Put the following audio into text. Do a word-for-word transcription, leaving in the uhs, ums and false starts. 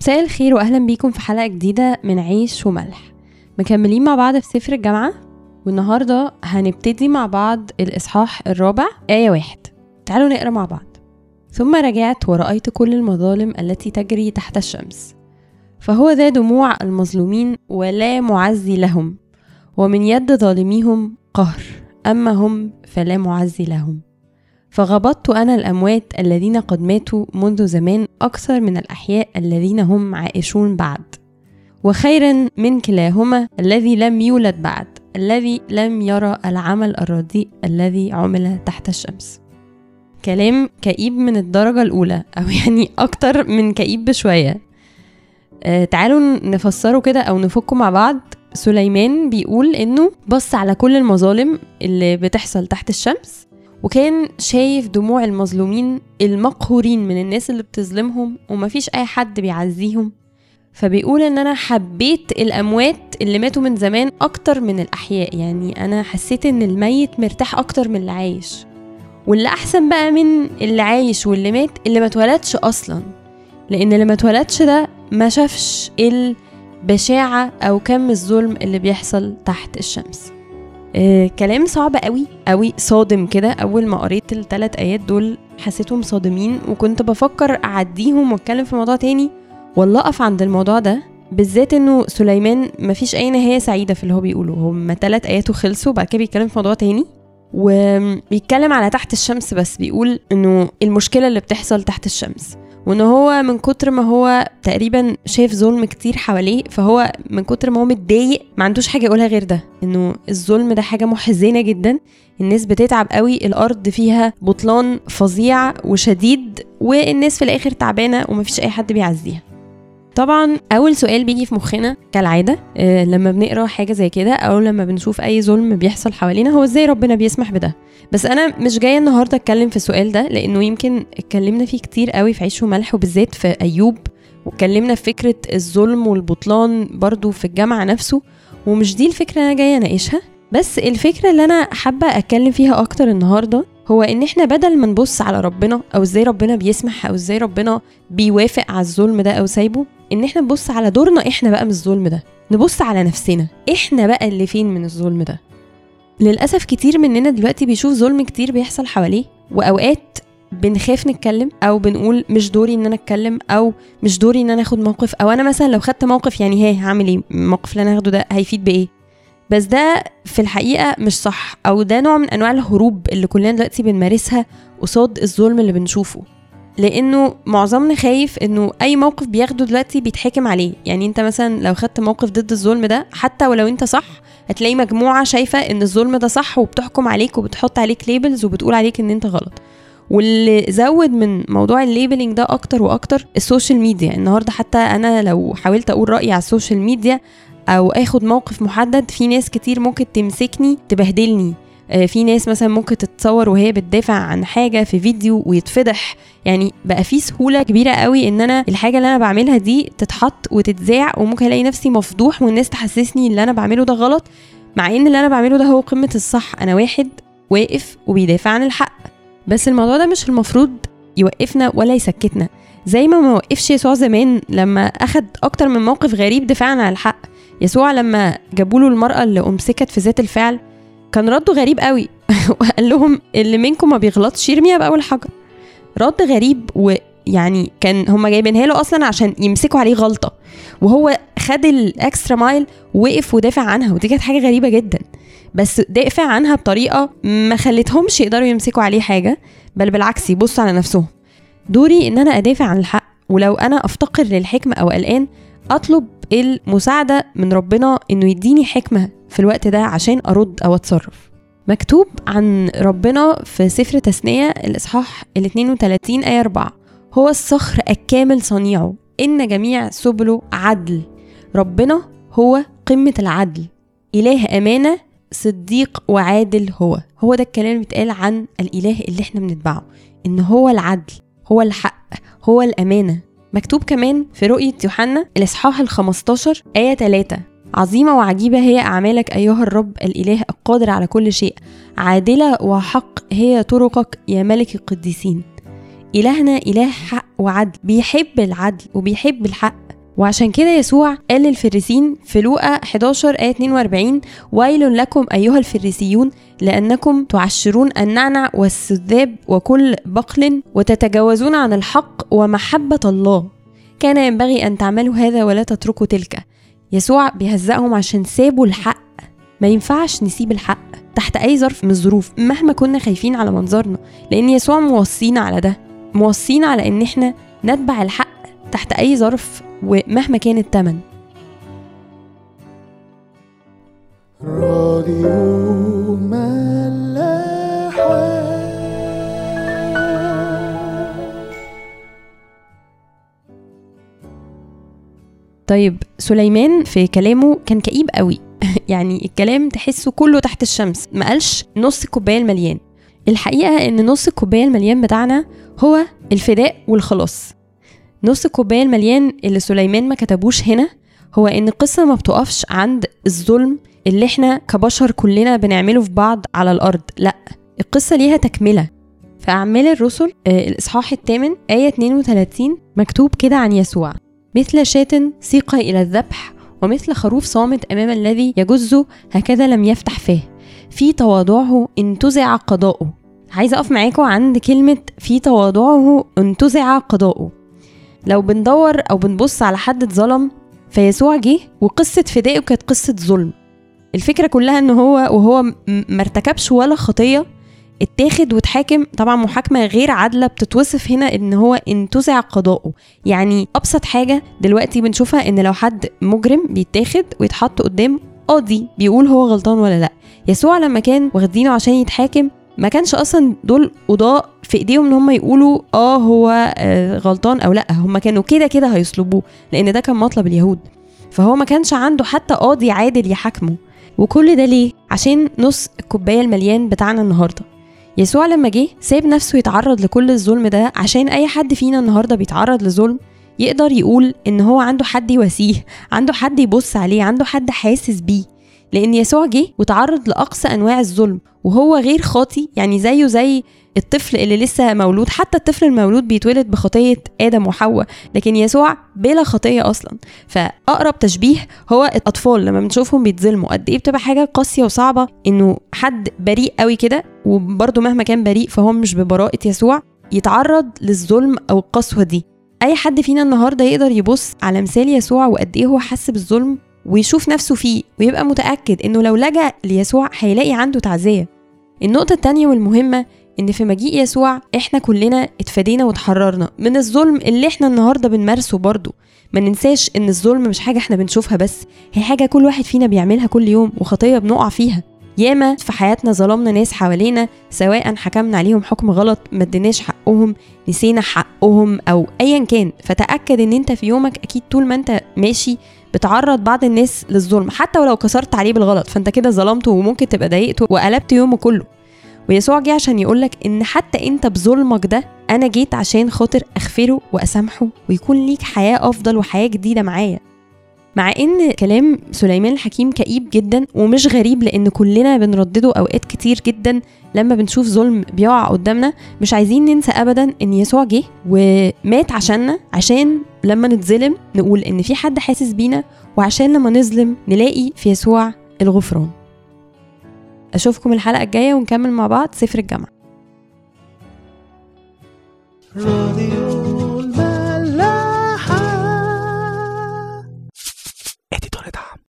مساء الخير واهلا بيكم في حلقة جديدة من عيش وملح. مكملين مع بعض في سفر الجامعة، والنهاردة هنبتدي مع بعض الإصحاح الرابع آية واحد. تعالوا نقرأ مع بعض. ثم رجعت ورأيت كل المظالم التي تجري تحت الشمس، فهو ذا دموع المظلومين ولا معزي لهم، ومن يد ظالميهم قهر، أما هم فلا معزي لهم. فغبطت أنا الأموات الذين قد ماتوا منذ زمان أكثر من الأحياء الذين هم عائشون بعد، وخيرا من كلاهما الذي لم يولد بعد، الذي لم يرى العمل الرديء الذي عمل تحت الشمس. كلام كئيب من الدرجة الأولى، أو يعني أكتر من كئيب بشوية. آه تعالوا نفسره كده أو نفكه مع بعض. سليمان بيقول إنه بص على كل المظالم اللي بتحصل تحت الشمس، وكان شايف دموع المظلومين المقهورين من الناس اللي بتظلمهم ومفيش أي حد بيعزيهم. فبيقول إن أنا حبيت الأموات اللي ماتوا من زمان أكتر من الأحياء، يعني أنا حسيت إن الميت مرتاح أكتر من اللي عايش، واللي أحسن بقى من اللي عايش واللي مات اللي ما اتولدش أصلا، لأن اللي ما اتولدش ده ما شافش البشاعة أو كم الظلم اللي بيحصل تحت الشمس. آه كلام صعب قوي قوي، صادم كده. أول ما قريت الثلاث آيات دول حسيتهم صادمين، وكنت بفكر أعديهم واتكلم في موضوع تاني والله أقف عند الموضوع ده بالذات. إنه سليمان مفيش أي نهاية سعيدة في اللي هو بيقوله. هم ثلاث آياته خلصوا، بعد كده بيتكلم في موضوع تاني وبيتكلم على تحت الشمس، بس بيقول إنه المشكلة اللي بتحصل تحت الشمس، وإنه هو من كتر ما هو تقريبا شايف ظلم كتير حواليه، فهو من كتر ما هو متضايق ما عندوش حاجة يقولها غير ده، إنه الظلم ده حاجة محزنة جدا. الناس بتتعب قوي، الأرض فيها بطلان فظيع وشديد، والناس في الآخر تعبانة ومفيش أي حد بيعزيها. طبعا أول سؤال بيجي في مخنا كالعادة آه لما بنقرأ حاجة زي كده أو لما بنشوف أي ظلم بيحصل حوالينا، هو إزاي ربنا بيسمح بده؟ بس أنا مش جاية النهاردة أتكلم في السؤال ده، لأنه يمكن اتكلمنا فيه كتير قوي في عيش وملح، وبالذات في أيوب، واتكلمنا في فكرة الظلم والبطلان برضو في الجامعة نفسه، ومش دي الفكرة أنا جاية أناقشها. بس الفكرة اللي أنا حابة أتكلم فيها أكتر النهاردة هو إن إحنا بدل ما نبص على ربنا أو إزاي ربنا بيسمح أو إزاي ربنا بيوافق على الظلم ده أو سايبه، إن إحنا نبص على دورنا إحنا بقى من الظلم ده، نبص على نفسنا إحنا بقى اللي فين من الظلم ده. للأسف كتير مننا دلوقتي بيشوف ظلم كتير بيحصل حواليه، وأوقات بنخاف نتكلم أو بنقول مش دوري إن أنا أتكلم، أو مش دوري إن أنا أخد موقف، أو أنا مثلا لو خدت موقف يعني هي هعمل إيه؟ الموقف اللي أنا هاخده ده هيفيد بإيه؟ بس ده في الحقيقة مش صح، أو ده نوع من أنواع الهروب اللي كلنا دلوقتي بنمارسها قصاد الظلم اللي بنشوفه، لأنه معظمنا خايف إنه أي موقف بياخده دلوقتي بيتحكم عليه. يعني أنت مثلا لو خدت موقف ضد الظلم ده، حتى ولو أنت صح، هتلاقي مجموعة شايفة إن الظلم ده صح وبتحكم عليك وبتحط عليك ليبلز وبتقول عليك إن أنت غلط. واللي زود من موضوع الليبلينج ده أكتر وأكتر السوشيال ميديا. النهاردة حتى أنا لو حاولت أقول رأيي على السوشيال ميديا أو أخد موقف محدد، في ناس كتير ممكن تمسكني تبهدلني. في ناس مثلا ممكن تتصور وهي بتدافع عن حاجة في فيديو ويتفضح. يعني بقى في سهولة كبيرة قوي ان انا الحاجة اللي انا بعملها دي تتحط وتتذاع، وممكن الاقي نفسي مفضوح والناس تحسسني اللي انا بعمله ده غلط، مع ان اللي انا بعمله ده هو قمة الصح. انا واحد واقف وبيدافع عن الحق. بس الموضوع ده مش المفروض يوقفنا ولا يسكتنا، زي ما ما وقفش يسوع زمان لما اخد اكتر من موقف غريب دفاعا عن الحق. يسوع لما جابوله المرأة اللي امسكت في ذات الفعل كان رده غريب قوي وقال لهم اللي منكم ما بيغلطش يرميها بأول حجر. رد غريب، ويعني كان هما جايبينها له اصلا عشان يمسكوا عليه غلطة، وهو خد الاكسترا مايل ووقف ودافع عنها، ودي كانت حاجة غريبة جدا. بس دافع عنها بطريقة ما خلتهمش يقدروا يمسكوا عليه حاجة، بل بالعكس يبصوا على نفسهم. دوري ان انا ادافع عن الحق، ولو انا افتقر للحكمة او قلقان اطلب المساعدة من ربنا انه يديني حكمة في الوقت ده عشان ارد او اتصرف. مكتوب عن ربنا في سفر تثنية الإصحاح الاثنين وثلاثين آية أربعة: هو الصخر الكامل صنيعه، إن جميع سبله عدل. ربنا هو قمة العدل، إله أمانة، صديق وعادل. هو هو ده الكلام اللي بيتقال عن الإله اللي احنا بنتبعه، إن هو العدل، هو الحق، هو الأمانة. مكتوب كمان في رؤية يوحنا الإصحاح الخمستاشر آية ثلاثة: عظيمة وعجيبة هي أعمالك أيها الرب الإله القادر على كل شيء، عادلة وحق هي طرقك يا ملك القديسين. إلهنا إله حق وعدل، بيحب العدل وبيحب الحق. وعشان كده يسوع قال للفريسين في لوقا إحدى عشر آية اتنين وأربعين: ويل لكم أيها الفريسيون لأنكم تعشرون النعنع والسذاب وكل بقل وتتجاوزون عن الحق ومحبة الله، كان ينبغي أن تعملوا هذا ولا تتركوا تلك. يسوع بيهزقهم عشان سابوا الحق. ما ينفعش نسيب الحق تحت أي ظرف من الظروف مهما كنا خايفين على منظرنا، لأن يسوع موصينا على ده، موصينا على إن احنا نتبع الحق تحت أي ظرف ومهما كان الثمن. راديو ملاحة. طيب سليمان في كلامه كان كئيب قوي يعني الكلام تحسه كله تحت الشمس، ما قالش نص الكوباية المليان. الحقيقة ان نص الكوباية المليان بتاعنا هو الفداء والخلاص. نص الكوباية المليان اللي سليمان ما كتبوش هنا هو ان القصة ما بتقفش عند الظلم اللي احنا كبشر كلنا بنعمله في بعض على الارض، لا، القصة ليها تكملة. في أعمال الرسل آه الإصحاح الثامن آية اتنين وتلاتين مكتوب كده عن يسوع: مثل شاة سيق إلى الذبح ومثل خروف صامت أمام الذي يجزه هكذا لم يفتح فاه، في تواضعه انتزع قضاؤه. عايزة أقف معاكم عند كلمة في تواضعه انتزع قضاؤه. لو بندور أو بنبص على حد اتظلم فيسوع جه وقصة فدائه كانت قصة ظلم. الفكرة كلها إنه هو وهو مرتكبش ولا خطية اتاخد واتحاكم، طبعا محاكمة غير عادلة بتتوصف هنا ان هو انتزع قضاؤه. يعني ابسط حاجة دلوقتي بنشوفها ان لو حد مجرم بيتاخد ويتحط قدام قاضي بيقول هو غلطان ولا لا. يسوع لما كان واخدينه عشان يتحاكم ما كانش اصلا دول قضاء في ايديهم ان هم يقولوا اه هو آه غلطان او لا، هم كانوا كده كده هيصلبوه لان ده كان مطلب اليهود، فهو ما كانش عنده حتى قاضي عادل يحاكمه. وكل ده ليه؟ عشان نص الكوباية المليان بتاعنا النهاردة. يسوع لما جه ساب نفسه يتعرض لكل الظلم ده عشان اي حد فينا النهاردة بيتعرض لظلم يقدر يقول ان هو عنده حد يواسيه، عنده حد يبص عليه، عنده حد حاسس بيه. لان يسوع جه وتعرض لاقصى انواع الظلم وهو غير خاطي، يعني زيه زي الطفل اللي لسه مولود. حتى الطفل المولود بيتولد بخطية آدم وحواء، لكن يسوع بلا خطية أصلا. فأقرب تشبيه هو الأطفال لما بنشوفهم بيتظلموا قد إيه بتبقى حاجة قاسية وصعبة إنه حد بريء قوي كده، وبرضه مهما كان بريء فهو مش ببراءة يسوع، يتعرض للظلم أو القسوة دي. أي حد فينا النهاردة يقدر يبص على مثال يسوع وقد إيه هو حس بالظلم ويشوف نفسه فيه ويبقى متأكد إنه لو لجأ ليسوع هيلاقي عنده تعزية. النقطة التانية والمهمة إن في مجيء يسوع إحنا كلنا اتفادينا وتحررنا من الظلم اللي إحنا النهاردة بنمارسه. برضو ما ننساش إن الظلم مش حاجة إحنا بنشوفها بس، هي حاجة كل واحد فينا بيعملها كل يوم وخطية بنقع فيها. ياما في حياتنا ظلمنا ناس حوالينا، سواء حكمنا عليهم حكم غلط، مديناش حقهم، نسينا حقهم، أو أيا كان. فتأكد إن أنت في يومك أكيد طول ما أنت ماشي بتعرض بعض الناس للظلم، حتى ولو كسرت عليه بالغلط فأنت كده ظلمته وممكن تبقى ضايقته وقلبت يومه كله. ويسوع جه عشان يقولك إن حتى أنت بظلمك ده أنا جيت عشان خاطر أغفره وأسامحه ويكون ليك حياة أفضل وحياة جديدة معايا. مع إن كلام سليمان الحكيم كئيب جدا ومش غريب، لأن كلنا بنردده أوقات كتير جدا لما بنشوف ظلم بيقع قدامنا، مش عايزين ننسى أبدا إن يسوع جه ومات عشاننا، عشان لما نتظلم نقول إن في حد حاسس بينا، وعشان لما نظلم نلاقي في يسوع الغفران. أشوفكم الحلقة الجاية ونكمل مع بعض سفر الجامعة.